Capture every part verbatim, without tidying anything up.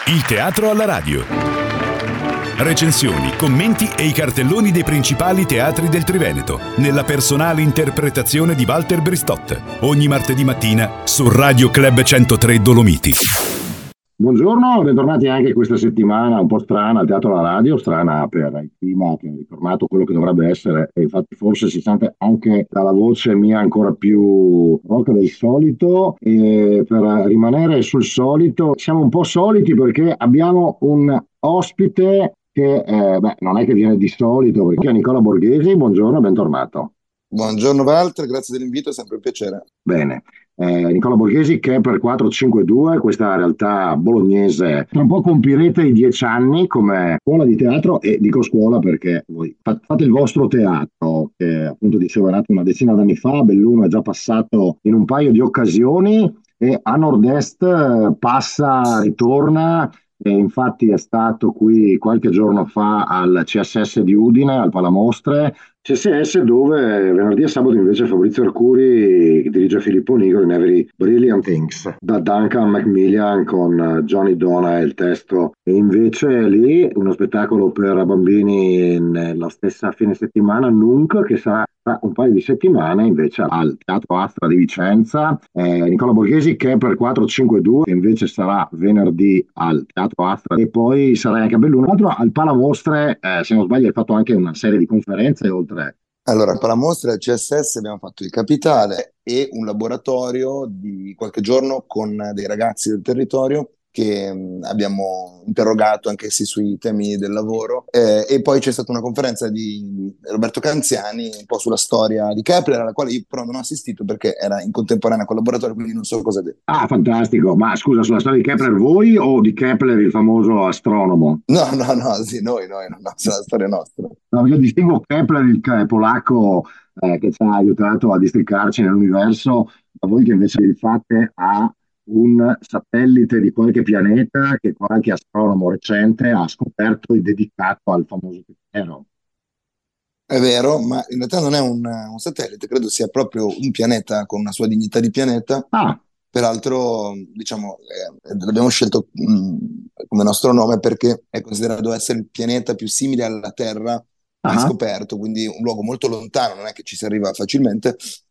Il teatro alla radio. Recensioni, commenti e i cartelloni dei principali teatri del Triveneto, nella personale interpretazione di Walter Bristotte. Ogni martedì mattina su Radio Club centotré Dolomiti. Buongiorno, bentornati anche questa settimana un po' strana al teatro alla radio, strana per il clima che è ritornato quello che dovrebbe essere, e infatti forse si sente anche dalla voce mia ancora più rock del solito. E per rimanere sul solito, siamo un po' soliti perché abbiamo un ospite che eh, beh, non è che viene di solito, perché è Nicola Borghesi. Buongiorno, bentornato. Buongiorno Walter, grazie dell'invito, è sempre un piacere. Bene, eh, Nicola Borghesi che per quattro cinque due, questa realtà bolognese, tra un po' compirete i dieci anni come scuola di teatro, e dico scuola perché voi fate il vostro teatro, che appunto dicevo è nato una decina d'anni fa. Belluno è già passato in un paio di occasioni e a Nord-Est eh, passa, ritorna. E infatti è stato qui qualche giorno fa al C S S di Udine, al Palamostre, C S S dove venerdì e sabato invece Fabrizio Arcuri dirige Filippo Nigro in Every Brilliant Things, da Duncan Macmillan con Johnny Dona e il testo. E invece lì uno spettacolo per bambini nella stessa fine settimana, Nunc, che sarà tra un paio di settimane invece al Teatro Astra di Vicenza. eh, Nicola Borghesi che per quattro cinque due invece sarà venerdì al Teatro Astra, e poi sarà anche a Belluno. Tra l'altro al Palamostre, eh, se non sbaglio, hai fatto anche una serie di conferenze oltre. Allora, a Palamostra e al C S S abbiamo fatto il Capitale e un laboratorio di qualche giorno con dei ragazzi del territorio che mh, abbiamo interrogato anche sì sui temi del lavoro, eh, e poi c'è stata una conferenza di Roberto Canziani un po' sulla storia di Kepler, alla quale io però non ho assistito perché era in contemporanea col laboratorio, quindi non so cosa dire. Ah, fantastico. Ma scusa, sulla storia di Kepler voi o di Kepler il famoso astronomo? No, no, no, sì, noi, noi, no, no, è la storia nostra. No, io distingo Kepler, il ca- polacco eh, che ci ha aiutato a districarci nell'universo, da voi che invece vi fate a un satellite di qualche pianeta che qualche astronomo recente ha scoperto e dedicato al famoso Tero. È vero, ma in realtà non è un, un satellite, credo sia proprio un pianeta con una sua dignità di pianeta. Ah, Peraltro, diciamo, eh, l'abbiamo scelto mh, come nostro nome perché è considerato essere il pianeta più simile alla Terra mai ah. scoperto, quindi un luogo molto lontano, non è che ci si arriva facilmente,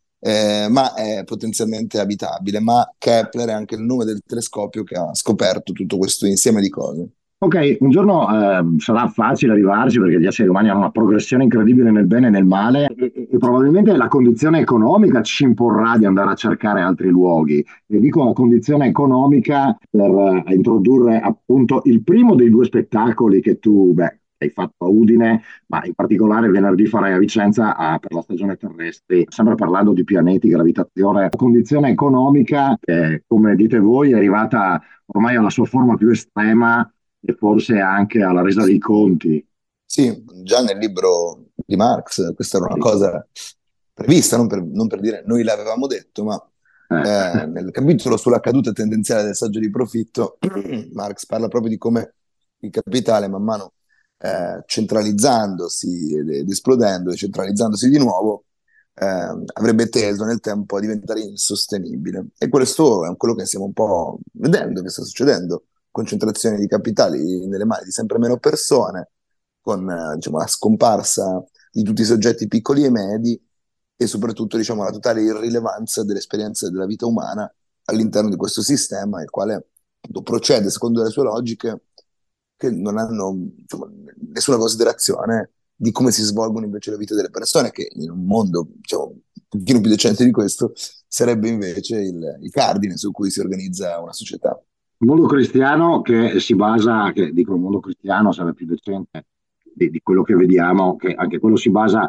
eh, ma è potenzialmente abitabile. Ma Kepler è anche il nome del telescopio che ha scoperto tutto questo insieme di cose. Ok, un giorno eh, sarà facile arrivarci perché gli esseri umani hanno una progressione incredibile nel bene e nel male, e, e- e probabilmente la condizione economica ci imporrà di andare a cercare altri luoghi. E dico la condizione economica per eh, introdurre appunto il primo dei due spettacoli che tu, beh, hai fatto a Udine, ma in particolare venerdì farai a Vicenza ah, per la stagione terrestre, sempre parlando di pianeti, gravitazione. La condizione economica, che, come dite voi, è arrivata ormai alla sua forma più estrema e forse anche alla resa dei conti. Sì, già nel libro di Marx questa era una cosa prevista, non per, non per dire noi l'avevamo detto, ma Eh, eh, nel capitolo sulla caduta tendenziale del saggio di profitto, Marx parla proprio di come il capitale, man mano eh, centralizzandosi ed, ed esplodendo e centralizzandosi di nuovo, eh, avrebbe teso nel tempo a diventare insostenibile. E questo è quello che stiamo un po' vedendo che sta succedendo: concentrazione di capitali nelle mani di sempre meno persone, con eh, diciamo, la scomparsa di tutti i soggetti piccoli e medi, e soprattutto diciamo, la totale irrilevanza dell'esperienza della vita umana all'interno di questo sistema, il quale appunto, procede secondo le sue logiche che non hanno insomma, nessuna considerazione di come si svolgono invece le vite delle persone, che in un mondo diciamo, un pochino più decente di questo sarebbe invece il, il cardine su cui si organizza una società. il mondo cristiano che si basa, che dico il mondo cristiano sarebbe più decente di, di quello che vediamo, che anche quello si basa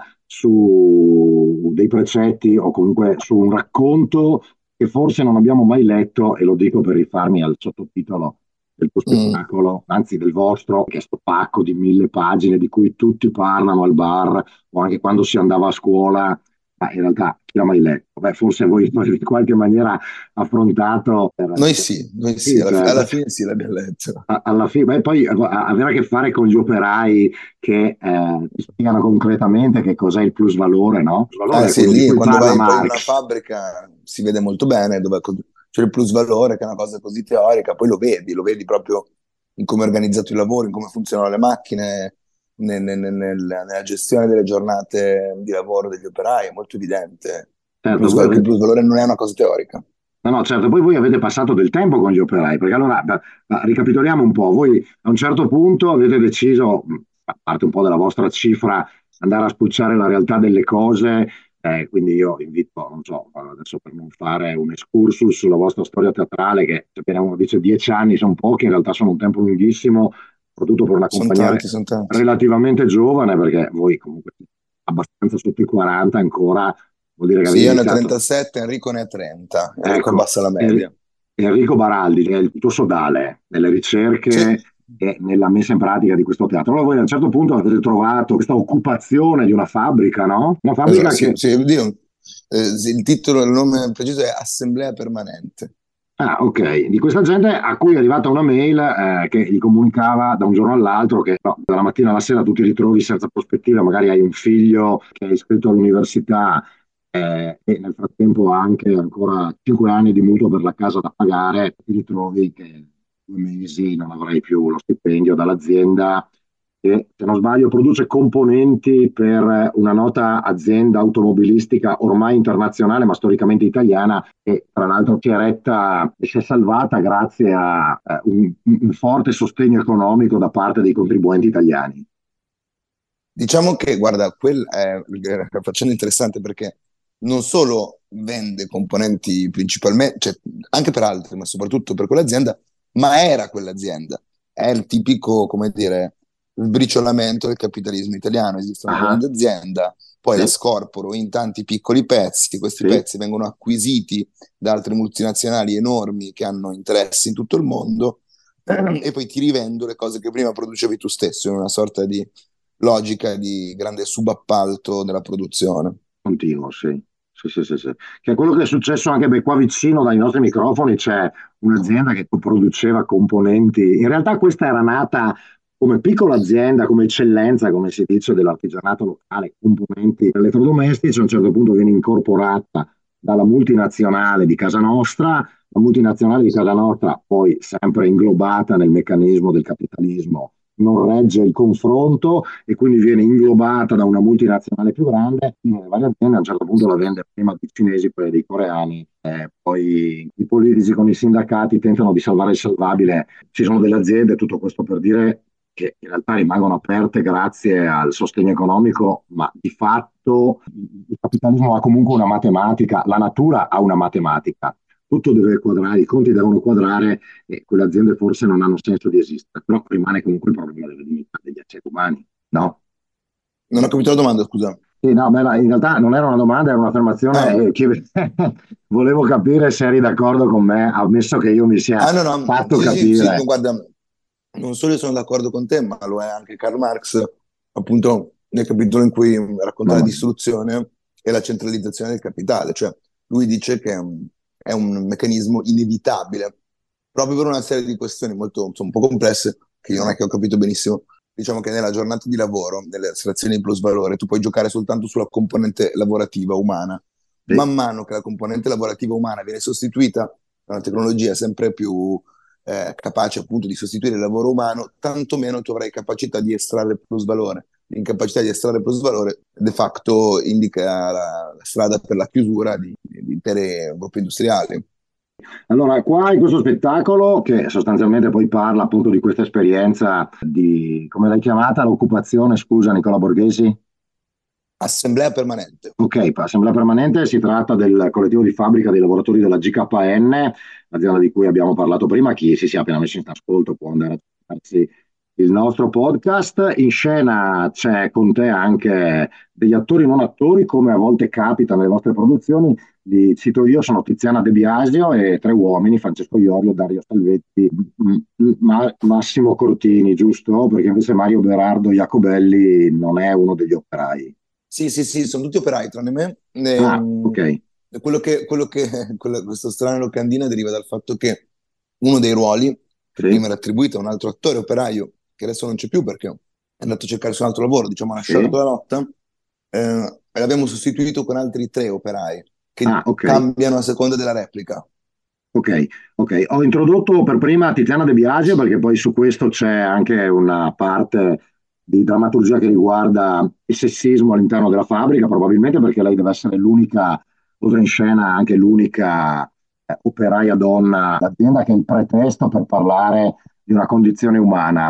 su dei precetti o comunque su un racconto che forse non abbiamo mai letto, e lo dico per rifarmi al sottotitolo del tuo Mm. spettacolo, anzi del vostro, che è sto pacco di mille pagine di cui tutti parlano al bar o anche quando si andava a scuola, ma in realtà chi l'ha mai letto? Beh, forse voi in qualche maniera affrontato per, Noi sì, noi sì, sì, alla, fi- certo. alla fine sì, l'abbiamo letto. A- alla fine, beh, poi eh, avere a che fare con gli operai che eh, ti spiegano concretamente che cos'è il plus valore, no? Il Eh valore è sì, quello di lì cui quando parla vai poi in una Marx. fabbrica si vede molto bene dove co- c'è il plus valore, che è una cosa così teorica, poi lo vedi, lo vedi proprio in come è organizzato il lavoro, in come funzionano le macchine, nel- nel- nel- nella gestione delle giornate di lavoro degli operai, è molto evidente. Il Certo, plus, voi che il avete... plus valore non è una cosa teorica. No, no, certo, poi voi avete passato del tempo con gli operai, perché allora, da- da- ricapitoliamo un po', voi a un certo punto avete deciso, mh, a parte un po' della vostra cifra, andare a spulciare la realtà delle cose, eh, quindi io invito, non so, adesso per non fare un excursus sulla vostra storia teatrale, che appena uno dice dieci anni sono pochi, in realtà sono un tempo lunghissimo, soprattutto per una Sono compagnia tanti, re- sono tanti. relativamente giovane, perché voi comunque abbastanza sotto i quaranta ancora, vuol dire che Sì, avete io ne ho iniziato. trentasette, Enrico ne ha trenta. Enrico Ecco, abbassa la Enri- media. Enrico Baraldi, che è il tuo sodale nelle Sì, ricerche e nella messa in pratica di questo teatro. Allora voi a un certo punto avete trovato questa occupazione di una fabbrica, no? Una esatto, fabbrica sì, che... sì, io- eh, sì, il titolo, il nome preciso è Assemblea Permanente. Ah, ok, di questa gente a cui è arrivata una mail eh, che gli comunicava da un giorno all'altro che no, dalla mattina alla sera tu ti ritrovi senza prospettiva, magari hai un figlio che è iscritto all'università eh, e nel frattempo ha anche ancora cinque anni di mutuo per la casa da pagare, ti ritrovi che due mesi non avrai più lo stipendio dall'azienda che, se non sbaglio, produce componenti per una nota azienda automobilistica ormai internazionale, ma storicamente italiana, e tra l'altro si è retta e si è salvata grazie a eh, un, un forte sostegno economico da parte dei contribuenti italiani. Diciamo che, guarda, quel è una faccenda interessante perché non solo vende componenti principalmente, cioè anche per altri, ma soprattutto per quell'azienda, ma era quell'azienda. È il tipico, come dire, sbriciolamento del capitalismo italiano. Esiste una Ah, grande azienda, poi la sì, scorporo in tanti piccoli pezzi, questi sì, pezzi vengono acquisiti da altre multinazionali enormi che hanno interessi in tutto il mondo e poi ti rivendo le cose che prima producevi tu stesso in una sorta di logica di grande subappalto della produzione. continuo, sì. Sì, sì, sì, sì. Che è quello che è successo anche beh, qua vicino dai nostri microfoni, c'è un'azienda che produceva componenti. In realtà questa era nata come piccola azienda, come eccellenza, come si dice, dell'artigianato locale, componenti elettrodomestici, a un certo punto viene incorporata dalla multinazionale di casa nostra, la multinazionale di casa nostra poi sempre inglobata nel meccanismo del capitalismo non regge il confronto e quindi viene inglobata da una multinazionale più grande, le varie aziende a un certo punto la vende prima dei cinesi, poi dei coreani, eh, poi i politici con i sindacati tentano di salvare il salvabile, ci sono delle aziende, tutto questo per dire che in realtà rimangono aperte grazie al sostegno economico, ma di fatto il capitalismo ha comunque una matematica, la natura ha una matematica, tutto deve quadrare, i conti devono quadrare e quelle aziende forse non hanno senso di esistere, però rimane comunque il problema della dignità degli esseri umani, no? Non ho capito la domanda, scusa. Sì, no, beh, in realtà non era una domanda, era un'affermazione Ah, eh, che volevo capire se eri d'accordo con me, ammesso che io mi sia ah, no, no, fatto sì, sì, sì, no, capire. guarda, non solo io sono d'accordo con te, ma lo è anche Karl Marx, appunto nel capitolo in cui racconta la Mamma mia. distruzione e la centralizzazione del capitale, cioè lui dice che um, è un meccanismo inevitabile, proprio per una serie di questioni molto, insomma, un po' complesse, che io non è che ho capito benissimo. Diciamo che nella giornata di lavoro, nelle estrazioni di plus valore, tu puoi giocare soltanto sulla componente lavorativa umana. Sì. Man mano che la componente lavorativa umana viene sostituita da una tecnologia sempre più eh, capace appunto di sostituire il lavoro umano, tanto meno tu avrai capacità di estrarre plus valore. L'incapacità di estrarre plus valore de facto indica la, la strada per la chiusura di, di intere gruppi industriali. Allora, qua in questo spettacolo, che sostanzialmente poi parla appunto di questa esperienza di, come l'hai chiamata, l'occupazione, scusa Nicola Borghesi? Assemblea permanente. Ok, per Assemblea Permanente si tratta del collettivo di fabbrica dei lavoratori della G K N, l'azienda di cui abbiamo parlato prima. Chi si sia appena messo in ascolto può andare a cercarsi il nostro podcast. In scena c'è con te anche degli attori non attori, come a volte capita nelle vostre produzioni. Li cito io, sono Tiziana De Biasio e tre uomini, Francesco Iorio, Dario Salvetti, M- Ma- Massimo Cortini, giusto? Perché invece Mario Berardo Jacobelli non è uno degli operai. Sì, sì, sì, sono tutti operai tranne me. Ah, Ehm, ok. quello che, quello che, quello- questo strano locandina deriva dal fatto che uno dei ruoli, che Sì, prima era attribuito a un altro attore operaio, che adesso non c'è più perché è andato a cercarsi un altro lavoro, diciamo, ha lasciato sì. la lotta, eh, e l'abbiamo sostituito con altri tre operai che Ah, ok. cambiano a seconda della replica. Ok, ok. Ho introdotto per prima Tiziana De Biagio perché poi su questo c'è anche una parte di drammaturgia che riguarda il sessismo all'interno della fabbrica, probabilmente perché lei deve essere l'unica, oltre in scena, anche l'unica eh, operaia donna d'azienda, che è il pretesto per parlare di una condizione umana.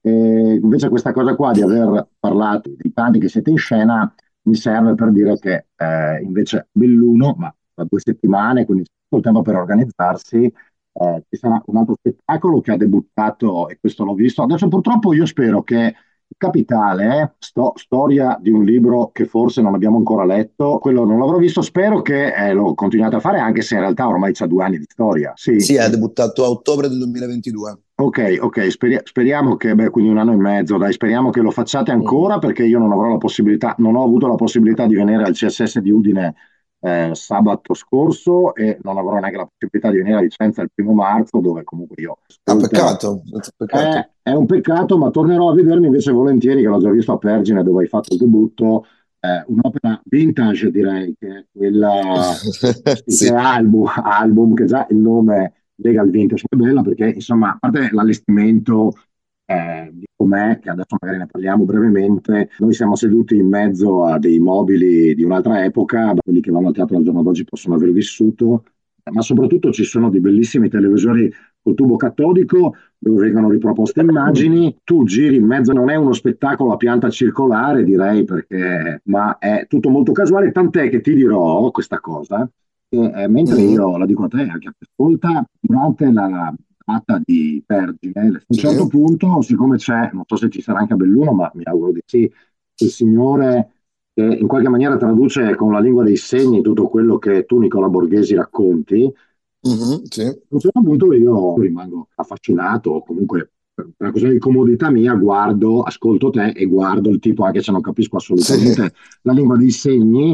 E invece questa cosa qua di aver parlato dei tanti che siete in scena mi serve per dire che eh, invece Belluno, ma da due settimane, quindi c'è tutto il tempo per organizzarsi, eh, ci sarà un altro spettacolo che ha debuttato, e questo l'ho visto. Adesso purtroppo io spero che il Capitale, eh, sto- storia di un libro che forse non abbiamo ancora letto, quello non l'avrò visto, spero che eh, lo continuate a fare, anche se in realtà ormai c'ha due anni di storia. Sì. Sì, è debuttato a ottobre del duemilaventidue. Ok, ok, speri- speriamo che, beh, quindi un anno e mezzo, dai, speriamo che lo facciate Mm. ancora, perché io non avrò la possibilità, non ho avuto la possibilità di venire al C S S di Udine eh, sabato scorso, e non avrò neanche la possibilità di venire a Vicenza il primo marzo, dove comunque io Ah, ascolto. peccato, È, peccato. è un peccato, ma tornerò a vedermi invece volentieri, che l'ho già visto a Pergine dove hai fatto il debutto, eh, un'opera vintage direi, che è quella, sì, che è Sì. album, album, che già il nome lega al vintage, è bella perché insomma, a parte l'allestimento eh, di com'è, che adesso magari ne parliamo brevemente, noi siamo seduti in mezzo a dei mobili di un'altra epoca, quelli che vanno al teatro al giorno d'oggi possono aver vissuto, ma soprattutto ci sono dei bellissimi televisori col tubo catodico dove vengono riproposte immagini, tu giri in mezzo, non è uno spettacolo a pianta circolare, direi, perché, ma è tutto molto casuale, tant'è che ti dirò questa cosa, che eh, mentre Mhm. io la dico a te, anche a te, ascolta, durante la tratta di Vergine, a un Sì. certo punto, siccome c'è, non so se ci sarà anche a Belluno, ma mi auguro di sì, il signore che in qualche maniera traduce con la lingua dei segni tutto quello che tu, Nicola Borghesi, racconti, Mhm, sì. a un certo punto io rimango affascinato, o comunque per una questione di comodità mia, guardo, ascolto te e guardo il tipo, anche se non capisco Sì. assolutamente la lingua dei segni,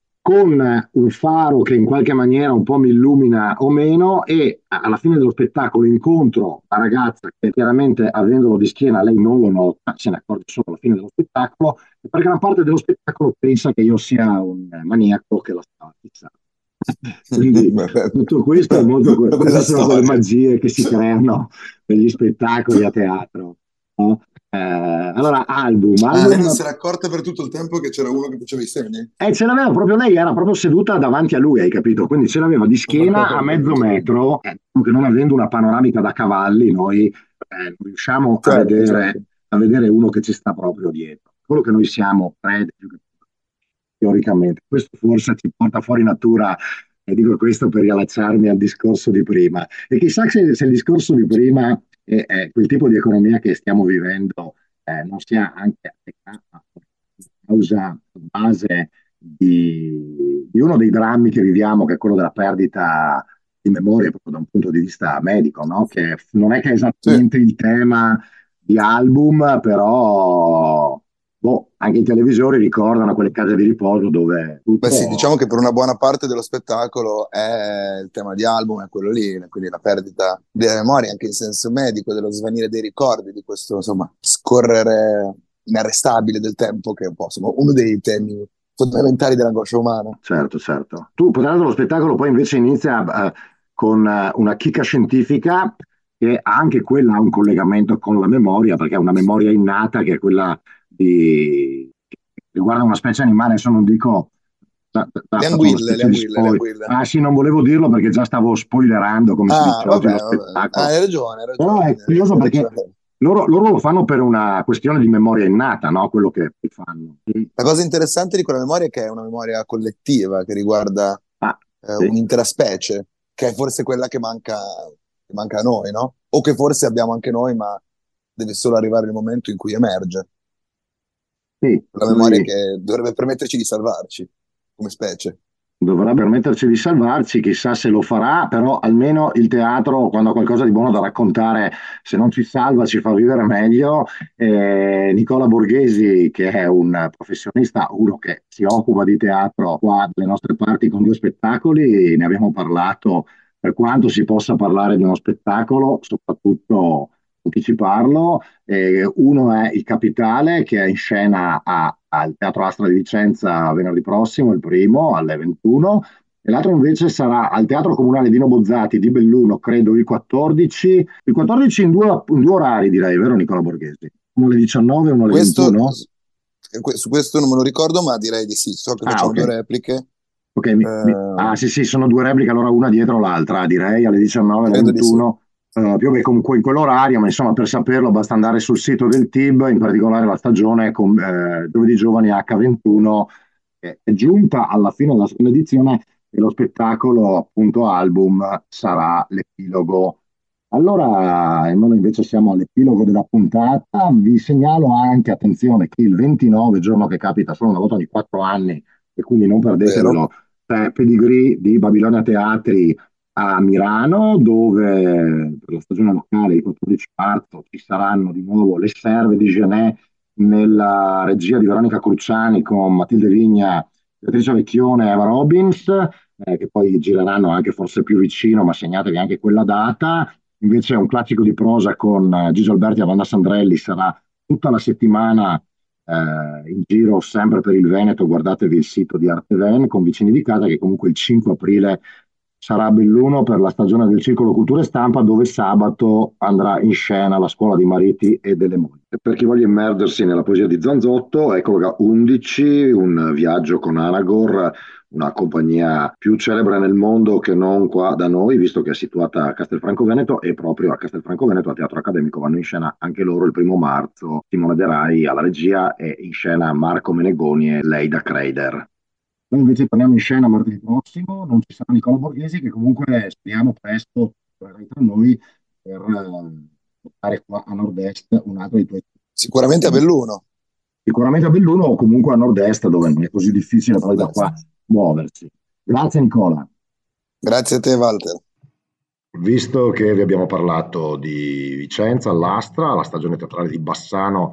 con un faro che in qualche maniera un po' mi illumina o meno, e alla fine dello spettacolo incontro la ragazza che chiaramente, avendolo di schiena, lei non lo nota, se ne accorge solo alla fine dello spettacolo, e per gran parte dello spettacolo pensa che io sia un maniaco che la sta fissando. Quindi Vabbè, tutto questo è molto, que- una queste bella sono quelle storia. magie che si creano negli spettacoli a teatro, no? Eh, allora, album, Ah, lei non album, si era accorta per tutto il tempo che c'era uno che faceva i segni? e ce l'aveva proprio lei, era proprio seduta davanti a lui, hai capito? Quindi ce l'aveva di schiena a mezzo metro, eh, che non avendo una panoramica da cavalli, noi eh, non riusciamo a Certo, certo. vedere, a vedere uno che ci sta proprio dietro. Quello che noi siamo prede, più che teoricamente. Questo forse ci porta fuori natura, e dico questo per riallacciarmi al discorso di prima. E chissà se, se il discorso di prima è, è quel tipo di economia che stiamo vivendo eh, non sia anche a causa base di, di uno dei drammi che viviamo, che è quello della perdita di memoria proprio da un punto di vista medico, no? Che non è che è Sì. esattamente il tema di album, però boh, anche i televisori ricordano quelle case di riposo dove Beh sì, tutto. diciamo che per una buona parte dello spettacolo è il tema di album, è quello lì, quindi la perdita della memoria, anche in senso medico, dello svanire dei ricordi, di questo, insomma, scorrere inarrestabile del tempo, che è un po', insomma, uno dei temi fondamentali dell'angoscia umana. Certo, certo. Tu, potendo lo spettacolo, poi invece inizia eh, con eh, una chicca scientifica che ha anche quella ha un collegamento con la memoria, perché è una memoria innata che è quella di che riguarda una specie animale, adesso non dico, già, già Le faccio una anguille, le specie di anguille, le spoiler. anguille. Ah sì, non volevo dirlo perché già stavo spoilerando, come si Ah, dice oggi, vabbè, lo vabbè. Ah, spettacolo. hai ragione, hai Però ragione, è curioso hai perché ragione. loro, loro lo fanno per una questione di memoria innata, no? Quello che fanno. La cosa interessante di quella memoria è che è una memoria collettiva che riguarda Ah, eh, sì. un'intera specie, che è forse quella che manca, che manca a noi, no? O che forse abbiamo anche noi, ma deve solo arrivare il momento in cui emerge. Sì, La memoria noi che dovrebbe permetterci di salvarci come specie. dovrà permetterci di salvarci, chissà se lo farà, però almeno il teatro, quando ha qualcosa di buono da raccontare, se non ci salva, ci fa vivere meglio. Eh, Nicola Borghesi, che è un professionista, uno che si occupa di teatro qua dalle nostre parti con due spettacoli, ne abbiamo parlato per quanto si possa parlare di uno spettacolo, soprattutto anticiparlo. Eh, uno è Il Capitale, che è in scena a- al Teatro Astra di Vicenza venerdì prossimo, il primo alle ventuno. e l'altro invece sarà al Teatro Comunale Dino Bozzati di Belluno, credo il quattordici, il quattordici in due, in due orari direi, vero Nicola Borghesi? Uno alle diciannove e uno alle Questo, ventuno? su questo non me lo ricordo, ma direi di sì. So che Ah, facciamo ok. due repliche. Ok, mi- mi- ah Eh, sì sì, sono due repliche, allora una dietro l'altra, direi alle diciannove e alle credo di sì. ventuno, eh, più o meno comunque in quell'orario, ma insomma per saperlo basta andare sul sito del T I B, in particolare la stagione con, eh, Giovedì Giovani acca ventuno, che è giunta alla fine della seconda edizione e lo spettacolo appunto album sarà l'epilogo. Allora, e noi invece siamo all'epilogo della puntata, vi segnalo anche, attenzione, che il ventinove, giorno che capita solo una volta ogni quattro anni, e quindi non Vero? perdetevelo, c'è Pedigree di Babilonia Teatri a Milano, dove per la stagione locale, il quattordici marzo, ci saranno di nuovo le serve di Genet nella regia di Veronica Cruciani con Matilde Vigna, Beatrice Vecchione e Eva Robbins, eh, che poi gireranno anche forse più vicino, ma segnatevi anche quella data. Invece un classico di prosa con eh, Gigi Alberti e Amanda Sandrelli sarà tutta la settimana eh, in giro sempre per il Veneto. Guardatevi il sito di Arteven con Vicini di Casa, che comunque il cinque aprile sarà a Belluno per la stagione del Circolo Cultura e Stampa, dove sabato andrà in scena la Scuola di Mariti e delle Mogli. E per chi voglia immergersi nella poesia di Zanzotto, ecco là, undici, un viaggio con Anagor, una compagnia più celebre nel mondo che non qua da noi, visto che è situata a Castelfranco Veneto, e proprio a Castelfranco Veneto, a Teatro Accademico, vanno in scena anche loro il primo marzo. Simone De Rai alla regia e in scena Marco Menegoni e Leida Kreider. Noi invece torniamo in scena martedì prossimo, non ci sarà Nicola Borghesi, che comunque speriamo presto tornerà tra noi per eh, portare qua a nord-est un altro dei tuoi Sicuramente a temi. Belluno. Sicuramente a Belluno o comunque a nord-est, dove non è così difficile poi da qua Nord-est. muoversi. Grazie Nicola. Grazie a te, Walter. Visto che vi abbiamo parlato di Vicenza, all'Astra, la stagione teatrale di Bassano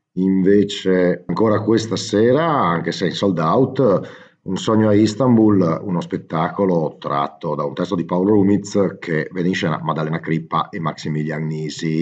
invece ancora questa sera, anche se in sold out, Un sogno a Istanbul, uno spettacolo tratto da un testo di Paolo Rumiz che vede in scena Maddalena Crippa e Maximilian Nisi.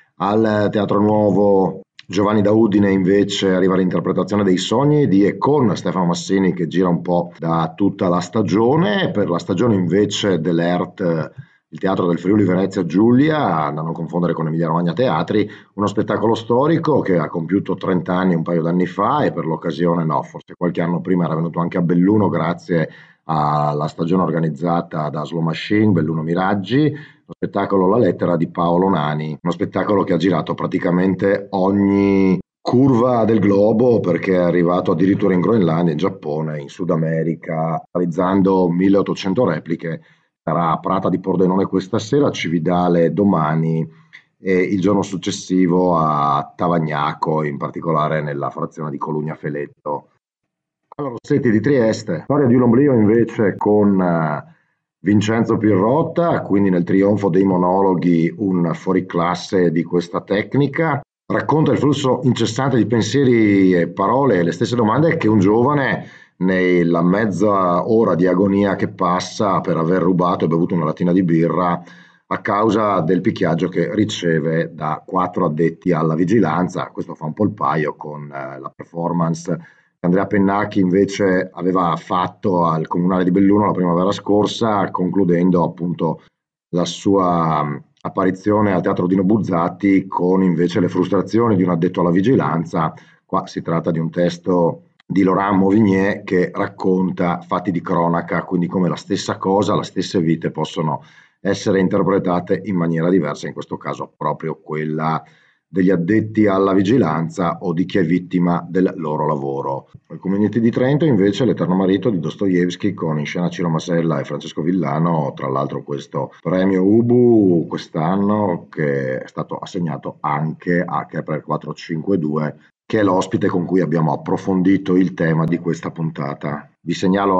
Al Teatro Nuovo Giovanni da Udine invece arriva l'interpretazione dei sogni di e con Stefano Massini, che gira un po' da tutta la stagione. Per la stagione invece dell'E R T, il Teatro del Friuli Venezia Giulia, da non confondere con Emilia Romagna Teatri, uno spettacolo storico che ha compiuto trenta anni un paio d'anni fa e per l'occasione, no, forse qualche anno prima era venuto anche a Belluno grazie alla stagione organizzata da Slow Machine, Belluno Miraggi, lo spettacolo La lettera di Paolo Nani, uno spettacolo che ha girato praticamente ogni curva del globo, perché è arrivato addirittura in Groenlandia, in Giappone, in Sud America, realizzando milleottocento repliche. Sarà a Prata di Pordenone questa sera, a Cividale domani e il giorno successivo a Tavagnaco, in particolare nella frazione di Colugna Feletto. Allora, Rossetti di Trieste, storia di un oblio invece con eh, Vincenzo Pirrotta, quindi nel trionfo dei monologhi un fuoriclasse di questa tecnica. Racconta il flusso incessante di pensieri e parole e le stesse domande che un giovane, nella mezza ora di agonia che passa per aver rubato e bevuto una lattina di birra a causa del picchiaggio che riceve da quattro addetti alla vigilanza. Questo fa un po' il paio con eh, la performance che Andrea Pennacchi invece aveva fatto al Comunale di Belluno la primavera scorsa, concludendo appunto la sua mh, apparizione al Teatro Dino Buzzati con invece le frustrazioni di un addetto alla vigilanza. Qua si tratta di un testo di Laurent Mauvigné che racconta fatti di cronaca, quindi come la stessa cosa, le stesse vite possono essere interpretate in maniera diversa, in questo caso proprio quella degli addetti alla vigilanza o di chi è vittima del loro lavoro. Al Community di Trento invece L'Eterno Marito di Dostoevsky con in scena Ciro Masella e Francesco Villano, tra l'altro questo premio Ubu quest'anno che è stato assegnato anche a Kepler quattrocentocinquantadue, che è l'ospite con cui abbiamo approfondito il tema di questa puntata. Vi segnalo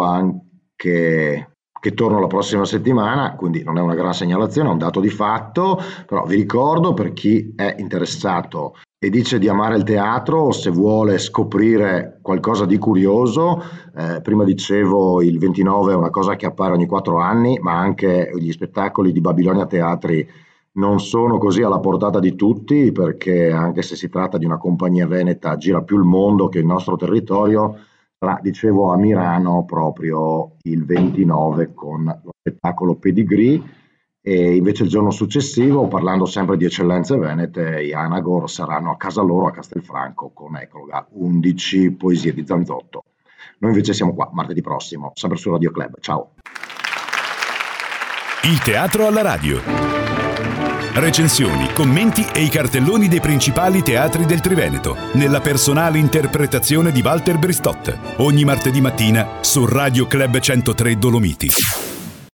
anche che torno la prossima settimana, quindi non è una gran segnalazione, è un dato di fatto, però vi ricordo, per chi è interessato e dice di amare il teatro, se vuole scoprire qualcosa di curioso, eh, prima dicevo il ventinove è una cosa che appare ogni quattro anni, ma anche gli spettacoli di Babilonia Teatri non sono così alla portata di tutti, perché anche se si tratta di una compagnia veneta, gira più il mondo che il nostro territorio. sarà, dicevo, a Milano proprio il ventinove con lo spettacolo Pedigree, e invece il giorno successivo, parlando sempre di eccellenze venete, i Anagor saranno a casa loro a Castelfranco con Ecloga, undici poesie di Zanzotto. Noi invece siamo qua martedì prossimo, sempre su Radio Club. Ciao. Il teatro alla radio. Recensioni, commenti e i cartelloni dei principali teatri del Triveneto, nella personale interpretazione di Walter Bristotte. Ogni martedì mattina su Radio Club centotré Dolomiti.